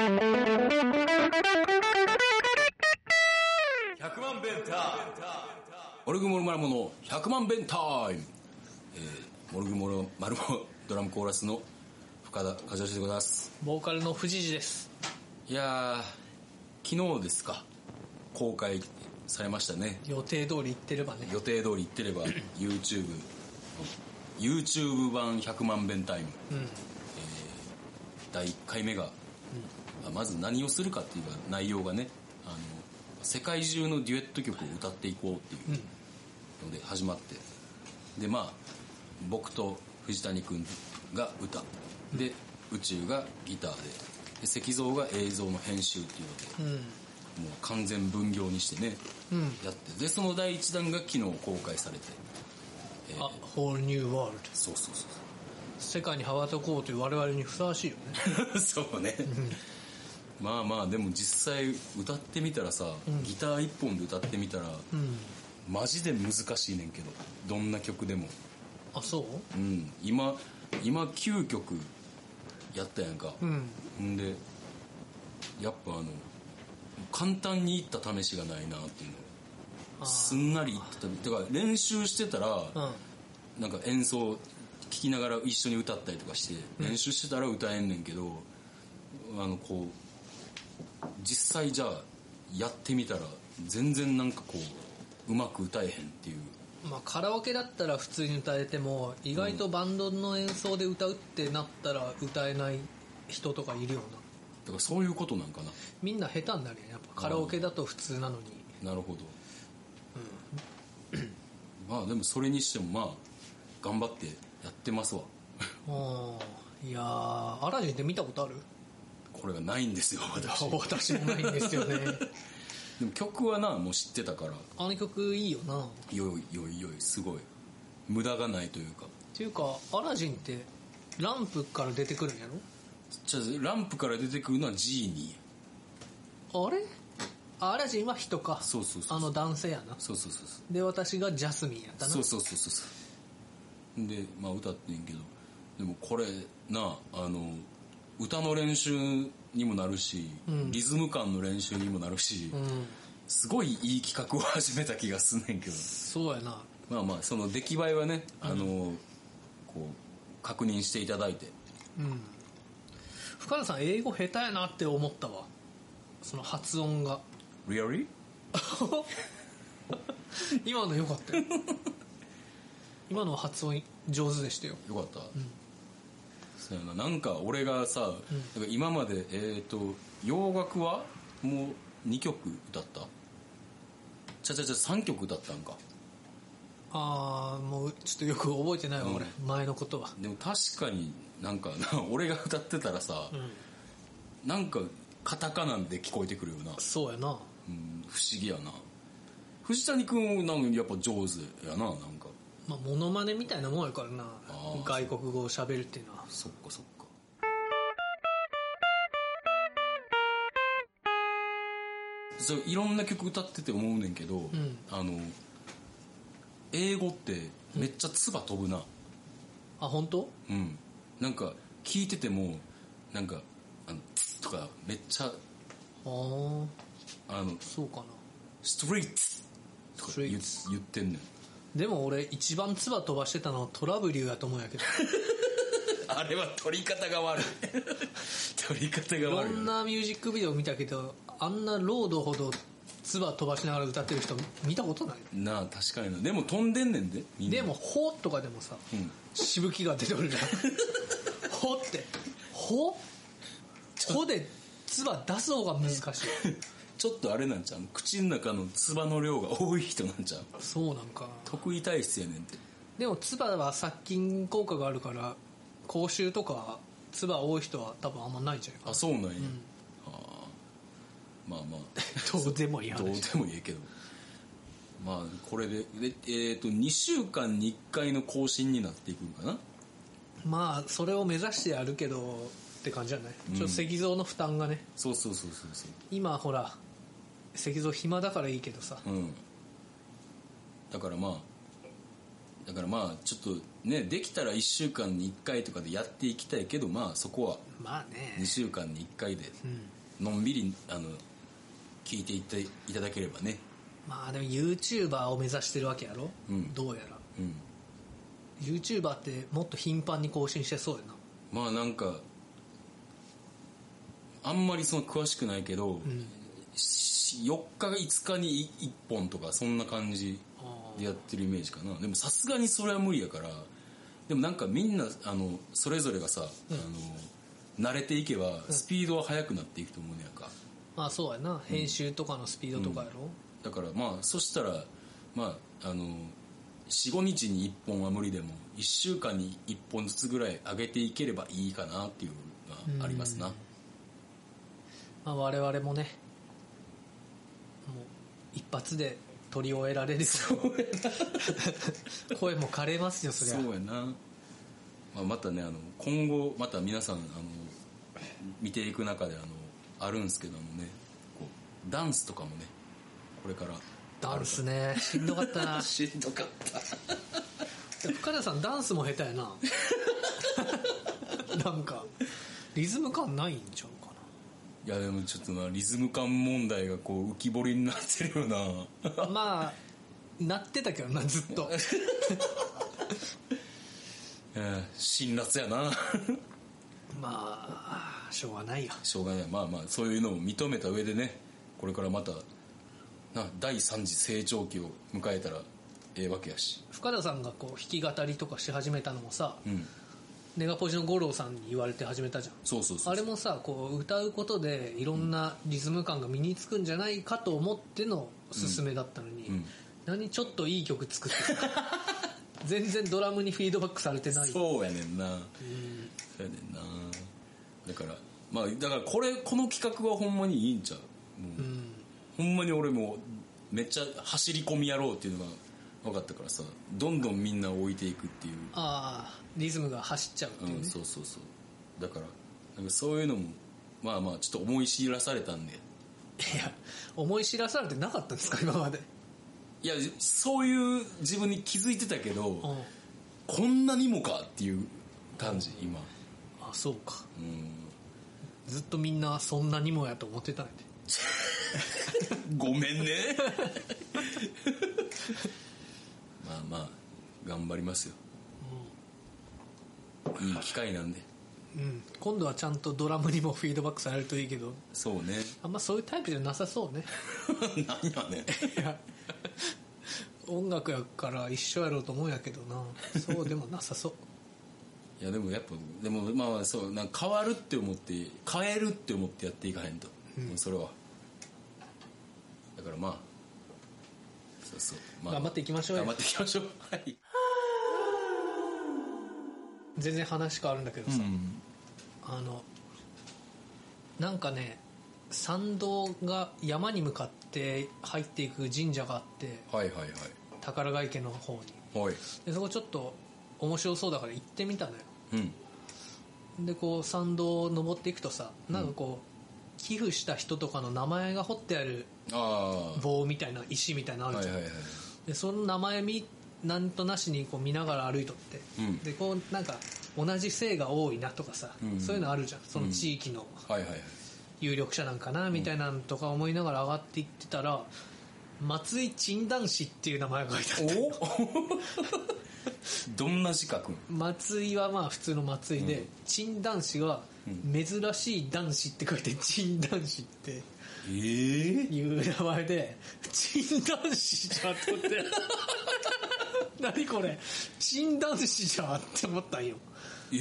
100万弁タイム。モルグモルマルモの100万弁タイム。モルグモルマルモドラムコーラスの深田和義でございます。 ボーカルの藤次です。 いやー、昨日ですか、公開されましたね。 予定通り行ってればね。 予定通り行ってればYouTube 版100万弁タイム、第1回目が、まず何をするかっていう内容がね、世界中のデュエット曲を歌っていこうっていうので始まって、でまあ僕と藤谷君が歌で、宇宙がギターで石像が映像の編集っていうので、もう完全分業にしてね、やって、でその第1弾が昨日公開されて、 Whole New World。 そう世界に羽ばたこうという我々にふさわしいよね。 そうね、まあまあでも実際歌ってみたらさ、ギター1本で歌ってみたら、マジで難しいねんけど、どんな曲でも。 あ、そう？ 今9曲やったやんか。んでやっぱ簡単にいった試しがないなっていうの、すんなりいっただから練習してたら、なんか演奏聴きながら一緒に歌ったりとかして、練習してたら歌えんねんけど、こう実際じゃあやってみたら全然なんかこううまく歌えへんっていう。 まあカラオケだったら普通に歌えても、意外とバンドの演奏で歌うってなったら歌えない人とかいるよな。 だからそういうことなんかな。 みんな下手になるよね、やっぱカラオケだと普通なのに。 なるほど。まあでもそれにしてもまあ頑張ってやってますわ。 いやー、アラジンって見たことある？ これがないんですよ、 私もないんですよね。 でも曲はな、もう知ってたから。 あの曲いいよな。 よいすごい無駄がないというか。 っていうかアラジンってランプから出てくるんやろ？ じゃあランプから出てくるのはジーニー。あれ？アラジンは人か。 そう。 男性やな。 そう。 で私がジャスミンやったな。 そうでまあ歌ってんけど、でもこれな、歌の練習にもなるし、リズム感の練習にもなるし、すごいいい企画を始めた気がすんねんけど。 そうやな。 まあその出来栄えはね、こう確認していただいて。 深田さん英語下手やなって思ったわ、その発音が。 Really? 今の良かったよ。今の発音上手でしたよ。 よかった。そうやな、なんか俺がさ、なんか今まで洋楽はもう2曲歌った？3曲歌ったんか。 もうちょっとよく覚えてないわ、俺前のことは。 でも確かになんか俺が歌ってたらさ、なんかカタカナで聞こえてくるよな。 そうやな。 不思議やな。藤谷君なんかやっぱ上手やな、なんか。 まあモノマネみたいなもんやからな、外国語を喋るっていうのは。 そっか。そう、いろんな曲歌ってて思うねんけど、英語ってめっちゃ唾飛ぶな。 あ、本当？ なんか聞いててもなんかツッとかめっちゃそうかな。 ストリートとか言ってんねん。 でも俺一番唾飛ばしてたのはトラブリューやと思うんやけど。 あれは取り方が悪い。取り方が悪い。 いろんなミュージックビデオ見たけど、あんなロードほど唾飛ばしながら歌ってる人見たことないなあ。確かにな。でも飛んでんねんで、みんな。 でもほとかでもさ、しぶきが出てくるじゃん。ほってほで唾出す方が難しい。 ちょっとあれなんちゃう、口の中の唾の量が多い人なんちゃう。 そうなんか。 得意体質やねんって。でも唾は殺菌効果があるから口臭とか唾多い人は多分あんまないんじゃないかな。 あ、そうなんや。まあどうでもいい話。 どうでもいいけど、まあこれで2週間に1回の更新になっていくのかな。 まあそれを目指してやるけどって感じじゃない、ちょっと石像の負担がね。 そう今ほら石像暇だからいいけどさ、 だからまあだからまあちょっとねできたら1週間に1回とかでやっていきたいけど、まあそこは2週間に1回でのんびり聞いていただければね。 まあでも YouTuber を目指してるわけやろ、どうやら、YouTuber ってもっと頻繁に更新してそうやな。 まあなんかあんまりその詳しくないけど、4日が5日に1本とかそんな感じでやってるイメージかな。でもさすがにそれは無理やから。でもなんかみんなそれぞれがさ、慣れていけばスピードは速くなっていくと思うねやんか。 まあそうやな、編集とかのスピードとかやろ、 だからまあそしたらまあ4,5 日に1本は無理でも1週間に1本ずつぐらい上げていければいいかなっていうのがありますな。 まあ、我々もねもう一発で取り終えられる声も枯れますよそりゃ。 そうやな、まあ、またね今後また皆さん見ていく中であるんですけどもね、こうダンスとかもねこれからダンスねしんどかったなしんどかった深田さんダンスも下手やななんかリズム感ないんちゃうかな。 いやでもちょっとなリズム感問題がこう浮き彫りになってるよなまあなってたけどなずっと辛辣やなまあしょうがないよ。 しょうがない。まあまあそういうのを認めた上でね、これからまた第3次成長期を迎えたらええわけやし。 深田さんがこう弾き語りとかし始めたのもさ、ネガポジの五郎さんに言われて始めたじゃん。 そうそうそう。 あれもさこう歌うことでいろんなリズム感が身につくんじゃないかと思っての勧めだったのに、何ちょっといい曲作って全然ドラムにフィードバックされてない。 そうやねんな、そうやねんな。だからまあだからこの企画はほんまにいいんちゃう。ほんまに俺もめっちゃ走り込みやろうっていうのが分かったからさ、どんどんみんな置いていくっていう。 ああリズムが走っちゃうっていうね、 そうそうそう。だからなんかそういうのもまあまあちょっと思い知らされたんで。 いや思い知らされてなかったんですか今まで。 いやそういう自分に気づいてたけど、こんなにもかっていう感じ今。 あそうか、ずっとみんなそんなにもやと思ってたんでごめんねまあまあ頑張りますよ、いい機会なんで、 今度はちゃんとドラムにもフィードバックされるといいけど。 そうねあんまそういうタイプじゃなさそうね何やねんいや音楽やから一緒やろうと思うんやけどなそうでもなさそういやでもやっぱでもまあそうなんか変わるって思って変えるって思ってやっていかへんと、それはだからまあそう、まあ、 頑張っていきましょうよ。 頑張っていきましょうはい全然話変わるんだけどさ、なんかね参道が山に向かって入っていく神社があって、宝ヶ池の方に、でそこちょっと面白そうだから行ってみたのよ、でこう参道を登っていくとさ、なんかこう寄付した人とかの名前が彫ってある棒みたいな石みたいなのあるじゃん、でその名前なんとなしにこう見ながら歩いとって、でこうなんか同じ姓が多いなとかさ、そういうのあるじゃん、その地域の有力者なんかなみたいなのとか思いながら上がっていってたら、松井陳男子っていう名前が書いてあったどんな字書くん？ 松井はまあ普通の松井で、陳男子は珍しい男子って書いて陳男子っていう名前で、陳男子じゃんと思って何これ陳男子じゃんって思ったんよ。い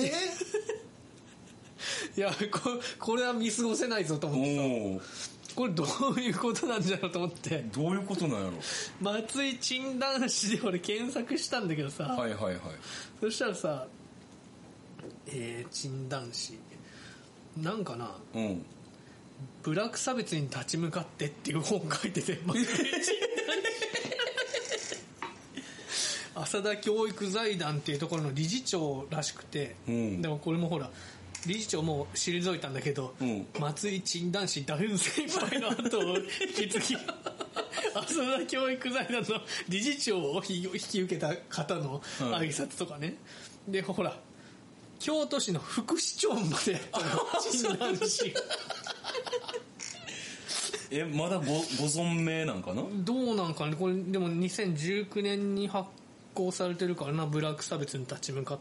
やこれは見過ごせないぞと思ってさ、これどういうことなんじゃろうと思って。 どういうことなんやろ。 松井陳男子で俺検索したんだけどさ、そしたらさ陳男子なんかな、ブラック差別に立ち向かってっていう本書いてて浅田教育財団っていうところの理事長らしくて、でもこれもほら理事長もう退いたんだけど、松井陳男子大先輩の後を引き継ぎ浅田教育財団の理事長を引き受けた方の挨拶とかね、でほら京都市の副市長までやったの診断士まだご存命なんかな。 どうなんかね、これでも2019年に発行されてるからな、ブラック差別に立ち向かって、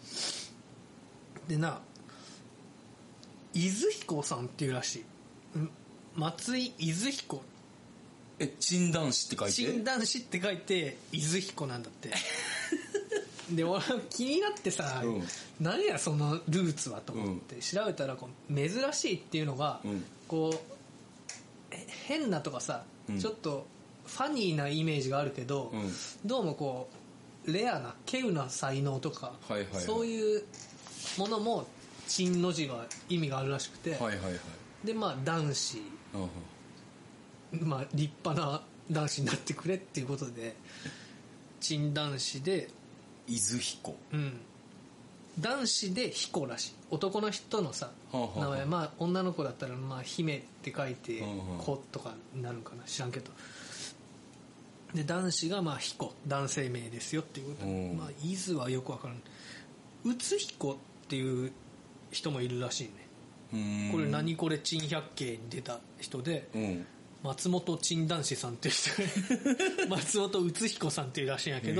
でな、伊豆彦さんっていうらしい。松井伊豆彦。 診断士って書いて、 診断士って書いて伊豆彦なんだってで俺気になってさ、何やそのルーツはと思って調べたら、こう珍しいっていうのが、こう変なとかさ、ちょっとファニーなイメージがあるけど、どうもこうレアな稀有な才能とか、そういうものも陳の字は意味があるらしくて、でまあ男子、まあ立派な男子になってくれっていうことで陳男子で伊豆彦、 男子で彦らしい。男の人のさ、名前、まあ女の子だったらまあ姫って書いて子とかになるんかな、知らんけど、で男子がまあ彦、男性名ですよっていうことで、まあ伊豆はよくわからん。宇津彦っていう人もいるらしいね。これ何これ珍百景に出た人で、松本陳男子さんっていう人松本宇津彦さんっていうらしいんやけど、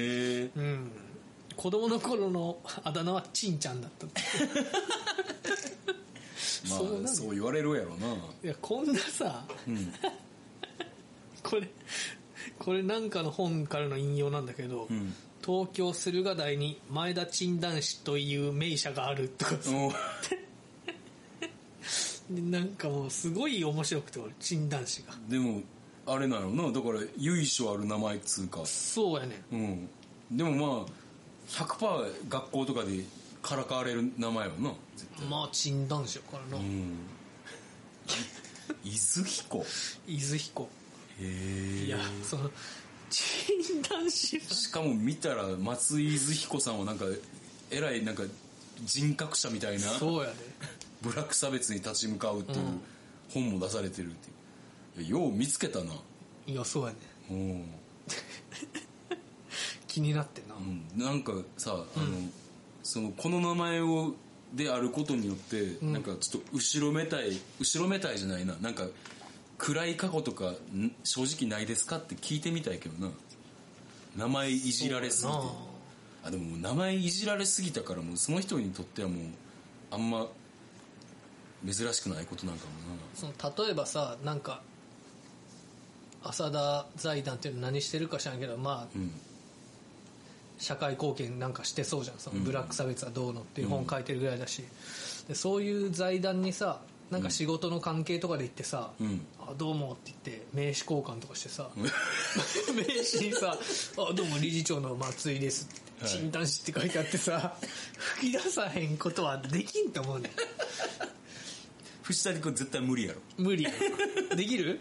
子供の頃のあだ名はちんちゃんだったまあそう言われるやろな。 いやこんなさ、これなんかの本からの引用なんだけど、東京駿河台に前田陳男子という名車があるとかでなんかもうすごい面白くて、俺陳男子がでもあれなのな、だから由緒ある名前っつうか。 そうやね、 でもまあ100% 学校とかでからかわれる名前はな、絶対。 まあ陳男子やからな。 伊豆彦。 伊豆彦。 へえ。 いやその陳男子しかも見たら松井伊豆彦さんはなんかえらいなんか人格者みたいな。 そうやで。 ブラック差別に立ち向かうっていう本も出されてるっていう。よう見つけたな。 いやそうやね。気になってな、 なんかさ、そのこの名前をであることによって、なんかちょっと後ろめたいじゃないな、なんか暗い過去とか正直ないですかって聞いてみたいけどな。名前いじられすぎて、でも名前いじられすぎたからもうその人にとってはもうあんま珍しくないことなんかもな。 その例えばさ、なんか浅田財団っていうの何してるか知らんけど、まあ、社会貢献なんかしてそうじゃん。そのブラック差別はどうのっていう本書いてるぐらいだし、でそういう財団にさ、なんか仕事の関係とかで行ってさ、あどうもって言って名刺交換とかしてさ、名刺にさ、あどうも理事長の松井ですって診断士って書いてあってさ、吹き出さへんことはできんと思うね。 藤谷君絶対無理やろ。 無理やろ。できる？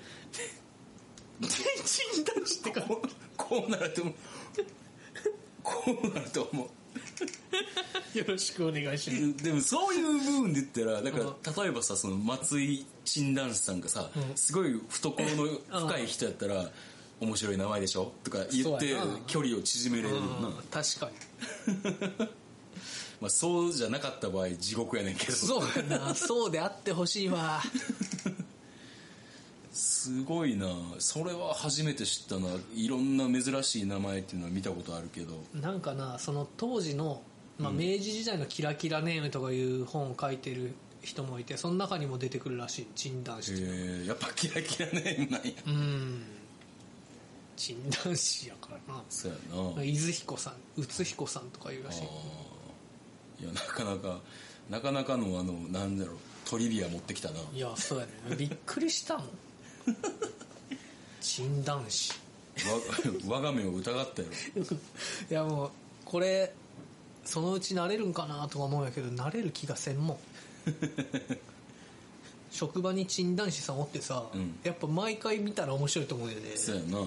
診断士ってこうなると思う。こうなると思う。 よろしくお願いします。 でもそういう部分で言ったら、だから例えばさ、その松井診断士さんがさ、すごい懐の深い人やったら面白い名前でしょとか言って距離を縮めれるよな。 確かに。 まあそうじゃなかった場合地獄やねんけど。 そうやな。そうであってほしいわ。 すごいな。それは初めて知ったな。いろんな珍しい名前っていうのは見たことあるけど、 なんかな、その当時の、まあ、明治時代のキラキラネームとかいう本を書いてる人もいて、その中にも出てくるらしい、診断士っていう。 やっぱキラキラネームなんや。 診断士やからな。 そうやな。 伊豆彦さん、宇津彦さんとかいうらしい。 いやなかなかのなんだろう、トリビア持ってきたな。 いやそうやね。びっくりしたもん。診断士。 我が目を疑ったよ。 いやもうこれそのうち慣れるんかなとか思うんやけど、慣れる気がせんもん。職場に診断士さんおってさ、やっぱ毎回見たら面白いと思うよね。 そうやな。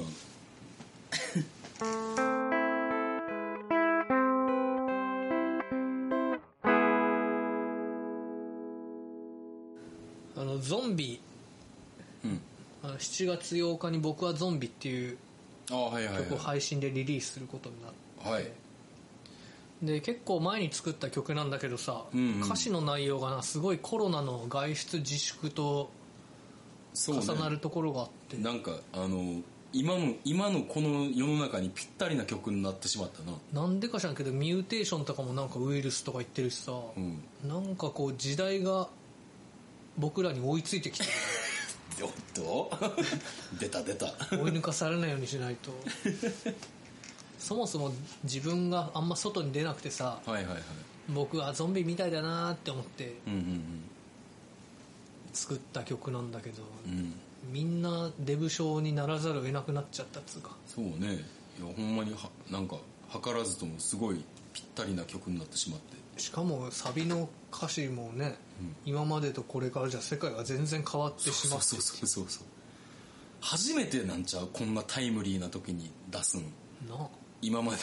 ゾンビ 7月8日に僕はゾンビっていう曲を配信でリリースすることになって、はい、で結構前に作った曲なんだけどさ、歌詞の内容がなすごいコロナの外出自粛と重なるところがあって、 なんか今のこの世の中にぴったりな曲になってしまったな。 なんでか知らんけどミューテーションとかもなんかウイルスとか言ってるしさ、なんかこう時代が僕らに追いついてきておっと出た追い抜かされないようにしないとそもそも自分があんま外に出なくてさ、僕はゾンビみたいだなって思って作った曲なんだけど、みんなデブ症にならざるを得なくなっちゃったっつうか。 そうね、いやほんまになんか図らずともすごいぴったりな曲になってしまって、 しかもサビの歌詞もね、今までとこれからじゃ世界が全然変わってしまって、 そう初めてなんちゃう、こんなタイムリーな時に出すんな。今まで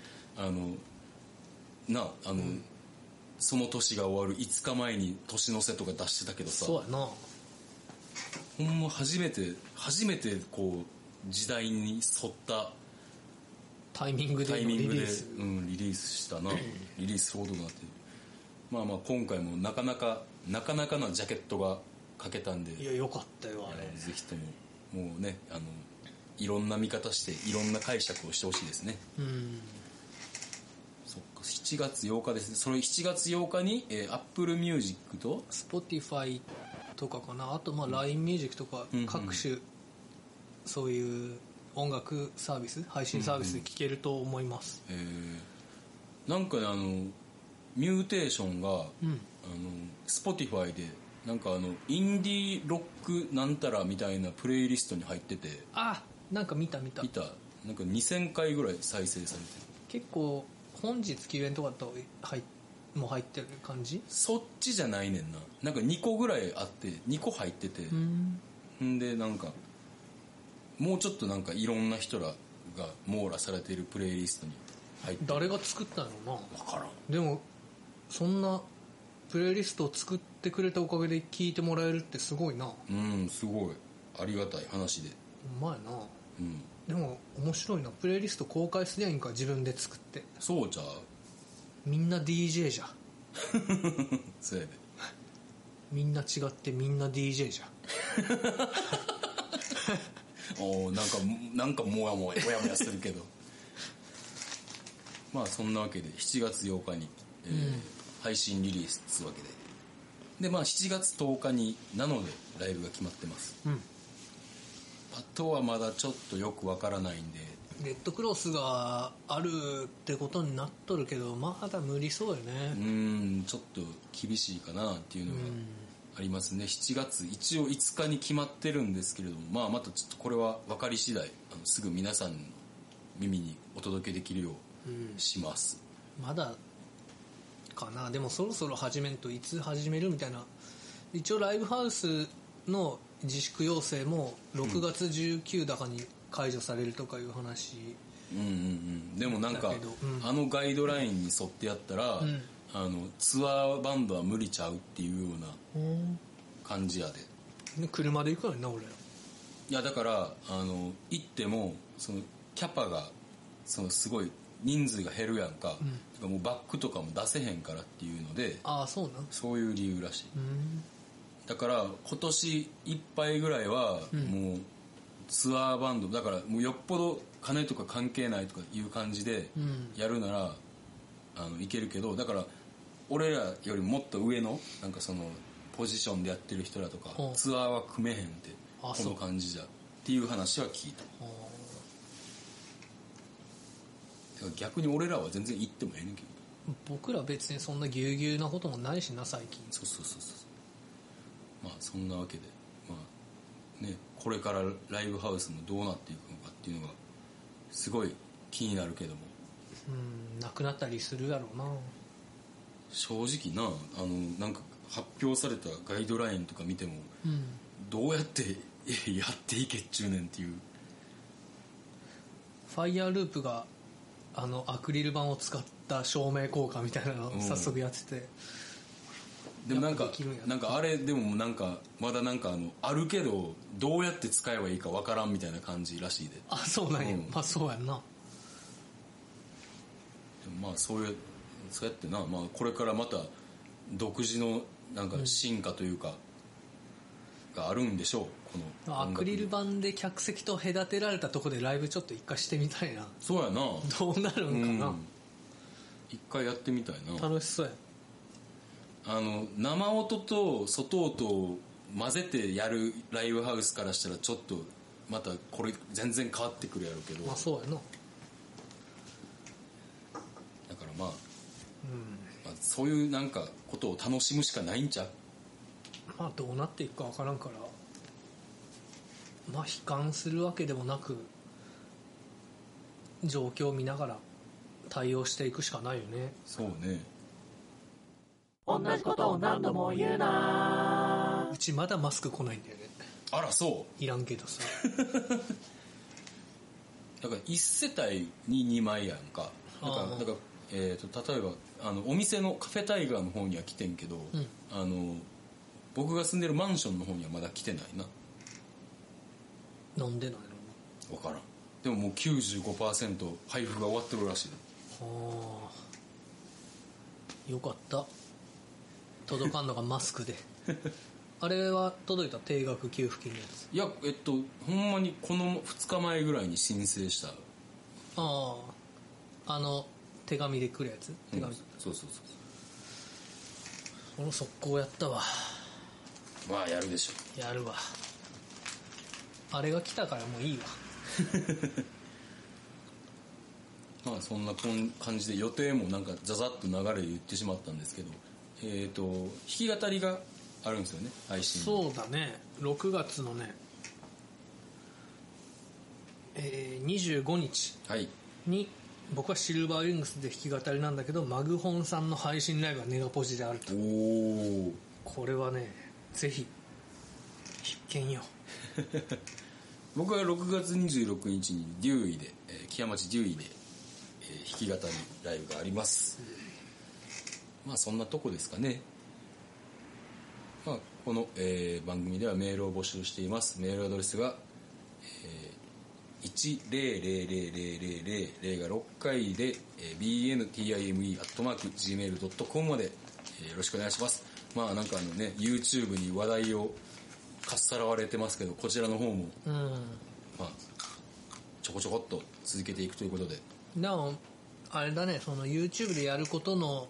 その年が終わる5日前に年の瀬とか出してたけどさ、 そうやな、 ほんま初めてこう時代に沿ったタイミングでリリース、 リリースしたなリリースすることになって、まあ今回もなかなかなジャケットが書けたんで、 いやよかったよあれ。 ぜひとももうねいろんな見方していろんな解釈をしてほしいですね。そっか、7月8日ですね。それ7月8日に、Apple Music と Spotify とかかな、あとLINE Music とか各種そういう音楽サービス、配信サービスで聴けると思います。 なんかねミューテーションが、Spotify でなんかインディーロックなんたらみたいなプレイリストに入ってて、 なんか見たなんか 2000回ぐらい再生されてる。 結構本日記念とかともう入ってる感じ。 そっちじゃないねんな。なんか2個ぐらいあって2個入ってて、んでなんかもうちょっとなんかいろんな人らが網羅されているプレイリストに入ってる。 誰が作ったのな、 分からん。 でもそんなプレイリストを作ってくれたおかげで聴いてもらえるってすごいな。 すごいありがたい話で。 うまいな。でも面白いな、プレイリスト公開すりゃいいんか、自分で作って。 そうちゃう、みんな DJ じゃそうやでみんな違ってみんな DJ じゃなんかもやもやするけどまあそんなわけで7月8日に、配信リリースつうわけで、7月10日になのでライブが決まってます。あとはまだちょっとよくわからないんで、 レッドクロスがあるってことになっとるけど、まだ無理そうよね。 ちょっと厳しいかなっていうのがありますね。7月一応5日に決まってるんですけれども、またちょっとこれは分かり次第すぐ皆さんの耳にお届けできるようします。 まだかな。でもそろそろ始めんと、いつ始めるみたいな。一応ライブハウスの自粛要請も6月19だかに解除されるとかいう話。 でもなんか、ガイドラインに沿ってやったら、ツアーバンドは無理ちゃうっていうような感じやで。 車で行くのにな俺。 いやだから行ってもそのキャパがすごい人数が減るやんか、もうバックとかも出せへんからっていうので、そういう理由らしい。だから今年いっぱいぐらいはもうツアーバンドだから、もうよっぽど金とか関係ないとかいう感じでやるならいけるけど、だから俺らよりもっと上のなんかそのポジションでやってる人らとかツアーは組めへんってこの感じじゃっていう話は聞いた。逆に俺らは全然行ってもええねんけど、 僕ら別にそんなぎゅうぎゅうなこともないしな最近。 そうまあそんなわけで、これからライブハウスもどうなっていくのかっていうのがすごい気になるけども、 なくなったりするやろうな。 正直ななんか発表されたガイドラインとか見ても、どうやってやっていけっちゅうねんっていう。 ファイヤーループがアクリル板を使った照明効果みたいなのを早速やってて、 でもなんかあれでもなんかまだなんかあるけどどうやって使えばいいかわからんみたいな感じらしいで。 あ、そうなんや、まあそうやんな。 まあそうやってな、まあ、これからまた独自のなんか進化というか、があるんでしょう。このアクリル板で客席と隔てられたとこでライブちょっと一回してみたいな。 そうやな。 どうなるんかな、 一回やってみたいな。 楽しそうや。 生音と外音を混ぜてやるライブハウスからしたらちょっとまたこれ全然変わってくるやろうけど、 まあそうやな。 だからまあ、まあ、そういうなんかことを楽しむしかないんちゃう。 まあどうなっていくか分からんから、まあ悲観するわけでもなく状況を見ながら対応していくしかないよね。 そうね。 同じことを何度も言うな。 うちまだマスク来ないんだよね。 あら、そういらんけどさだから1世帯に2枚やんか。だから例えばお店のカフェタイガーの方には来てんけど、僕が住んでるマンションの方にはまだ来てないな。 なんでないの？分からん。でももう 95% 配布が終わってるらしい。 ああ、よかった。届かんのがマスクであれは届いた？定額給付金のやつ。 いや、ほんまにこの2日前ぐらいに申請した。 ああ、手紙で来るやつ。手紙、 そうこの速攻やったわ。 まあやるでしょ。 やるわ。あれが来たからもういいわまあそんな感じで予定もなんかザザッと流れで言ってしまったんですけど、弾き語りがあるんですよね、配信。 そうだね、6月のね、25日に、僕はシルバーウィングスで弾き語りなんだけど、マグホンさんの配信ライブがネガポジであると。これはね、ぜひ必見よ僕は6月26日にデューイで、木屋町デューイで、弾き語りライブがあります。まあそんなとこですかね。まあ、この、番組ではメールを募集しています。メールアドレスが、1000000が6回で、bntime@gmail.com まで、よろしくお願いします。まあなんかね、YouTube に話題をかっさらわれてますけど、こちらの方も、まあちょこちょこっと続けていくということで。 でもあれだね、その YouTube でやることの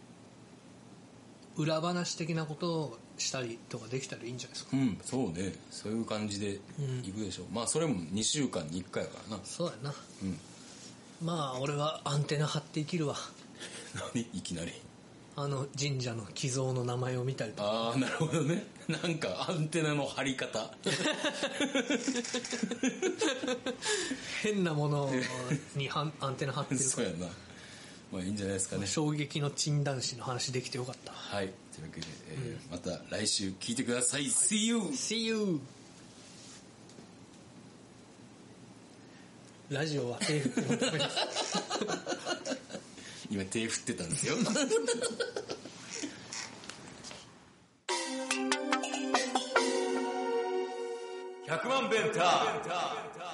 裏話的なことをしたりとかできたらいいんじゃないですか。 そうね、そういう感じでいくでしょう。まあそれも2週間に1回やからな。 そうやな。まあ俺はアンテナ張って生きるわ何いきなり神社の寄贈の名前を見たりとか。 ああ、なるほどね。なんかアンテナの張り方変なものにアンテナ張ってるからそうやな。まあいいんじゃないですかね。 衝撃の珍男子の話できてよかった。 はい、というわけで、また来週聞いてください。See you! See you! ラジオは手振ってもダメです今手振ってたんですよ100万ベンター